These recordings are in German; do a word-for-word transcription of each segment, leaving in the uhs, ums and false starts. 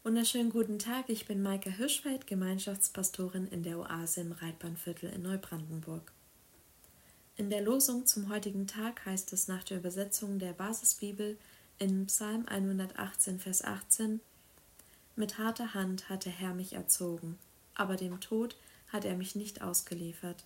Wunderschönen guten Tag, ich bin Maike Hirschfeld, Gemeinschaftspastorin in der Oase im Reitbahnviertel in Neubrandenburg. In der Losung zum heutigen Tag heißt es nach der Übersetzung der Basisbibel in Psalm hundertachtzehn, Vers achtzehn: Mit harter Hand hat der Herr mich erzogen, aber dem Tod hat er mich nicht ausgeliefert.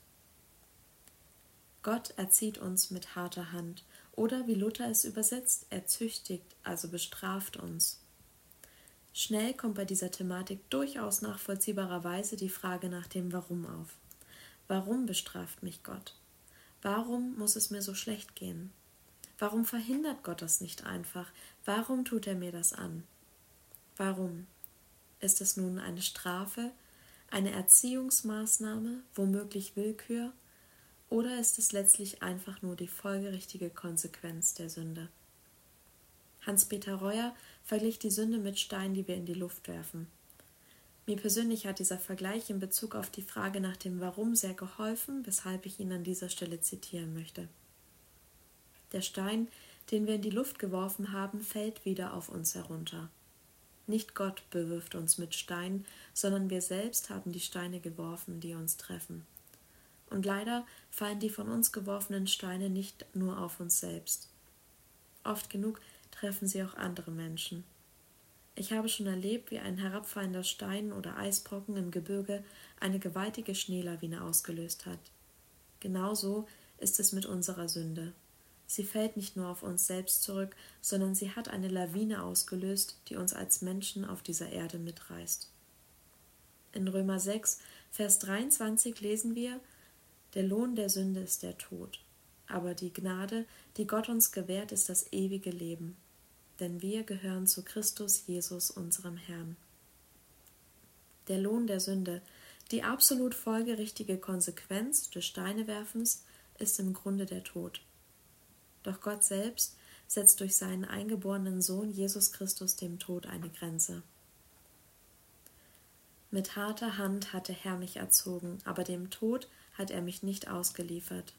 Gott erzieht uns mit harter Hand, oder wie Luther es übersetzt, er züchtigt, also bestraft uns. Schnell kommt bei dieser Thematik durchaus nachvollziehbarerweise die Frage nach dem Warum auf. Warum bestraft mich Gott? Warum muss es mir so schlecht gehen? Warum verhindert Gott das nicht einfach? Warum tut er mir das an? Warum? Ist es nun eine Strafe, eine Erziehungsmaßnahme, womöglich Willkür, oder ist es letztlich einfach nur die folgerichtige Konsequenz der Sünde? Hans-Peter Reuer verglich die Sünde mit Steinen, die wir in die Luft werfen. Mir persönlich hat dieser Vergleich in Bezug auf die Frage nach dem Warum sehr geholfen, weshalb ich ihn an dieser Stelle zitieren möchte. Der Stein, den wir in die Luft geworfen haben, fällt wieder auf uns herunter. Nicht Gott bewirft uns mit Steinen, sondern wir selbst haben die Steine geworfen, die uns treffen. Und leider fallen die von uns geworfenen Steine nicht nur auf uns selbst. Oft genug treffen sie auch andere Menschen. Ich habe schon erlebt, wie ein herabfallender Stein oder Eisbrocken im Gebirge eine gewaltige Schneelawine ausgelöst hat. Genauso ist es mit unserer Sünde. Sie fällt nicht nur auf uns selbst zurück, sondern sie hat eine Lawine ausgelöst, die uns als Menschen auf dieser Erde mitreißt. In Römer sechs, Vers dreiundzwanzig lesen wir: Der Lohn der Sünde ist der Tod, aber die Gnade, die Gott uns gewährt, ist das ewige Leben. Denn wir gehören zu Christus Jesus, unserem Herrn. Der Lohn der Sünde, die absolut folgerichtige Konsequenz des Steinewerfens, ist im Grunde der Tod. Doch Gott selbst setzt durch seinen eingeborenen Sohn Jesus Christus dem Tod eine Grenze. Mit harter Hand hat der Herr mich erzogen, aber dem Tod hat er mich nicht ausgeliefert.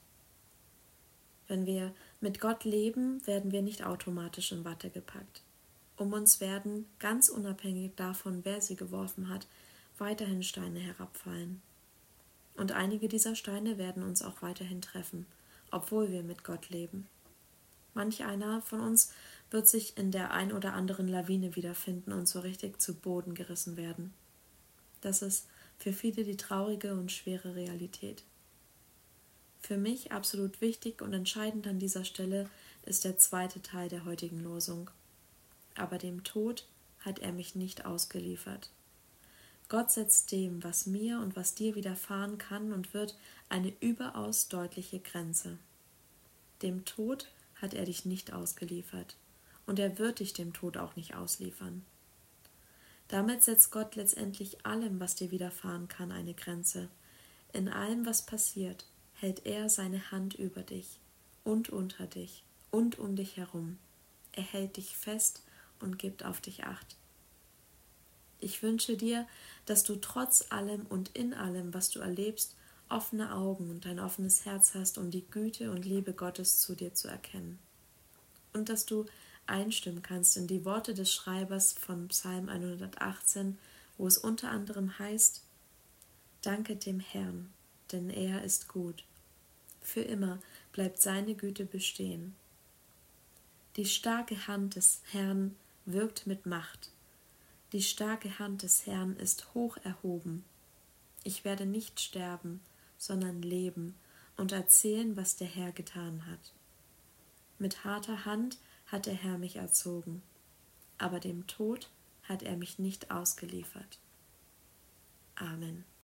Wenn wir mit Gott leben, werden wir nicht automatisch in Watte gepackt. Um uns werden, ganz unabhängig davon, wer sie geworfen hat, weiterhin Steine herabfallen. Und einige dieser Steine werden uns auch weiterhin treffen, obwohl wir mit Gott leben. Manch einer von uns wird sich in der ein oder anderen Lawine wiederfinden und so richtig zu Boden gerissen werden. Das ist für viele die traurige und schwere Realität. Für mich absolut wichtig und entscheidend an dieser Stelle ist der zweite Teil der heutigen Losung. Aber dem Tod hat er mich nicht ausgeliefert. Gott setzt dem, was mir und was dir widerfahren kann und wird, eine überaus deutliche Grenze. Dem Tod hat er dich nicht ausgeliefert und er wird dich dem Tod auch nicht ausliefern. Damit setzt Gott letztendlich allem, was dir widerfahren kann, eine Grenze. In allem, was passiert, hält er seine Hand über dich und unter dich und um dich herum. Er hält dich fest und gibt auf dich Acht. Ich wünsche dir, dass du trotz allem und in allem, was du erlebst, offene Augen und ein offenes Herz hast, um die Güte und Liebe Gottes zu dir zu erkennen. Und dass du einstimmen kannst in die Worte des Schreibers von Psalm hundertachtzehn, wo es unter anderem heißt: Danket dem Herrn, denn er ist gut. Für immer bleibt seine Güte bestehen. Die starke Hand des Herrn wirkt mit Macht. Die starke Hand des Herrn ist hoch erhoben. Ich werde nicht sterben, sondern leben und erzählen, was der Herr getan hat. Mit harter Hand hat der Herr mich erzogen, aber dem Tod hat er mich nicht ausgeliefert. Amen.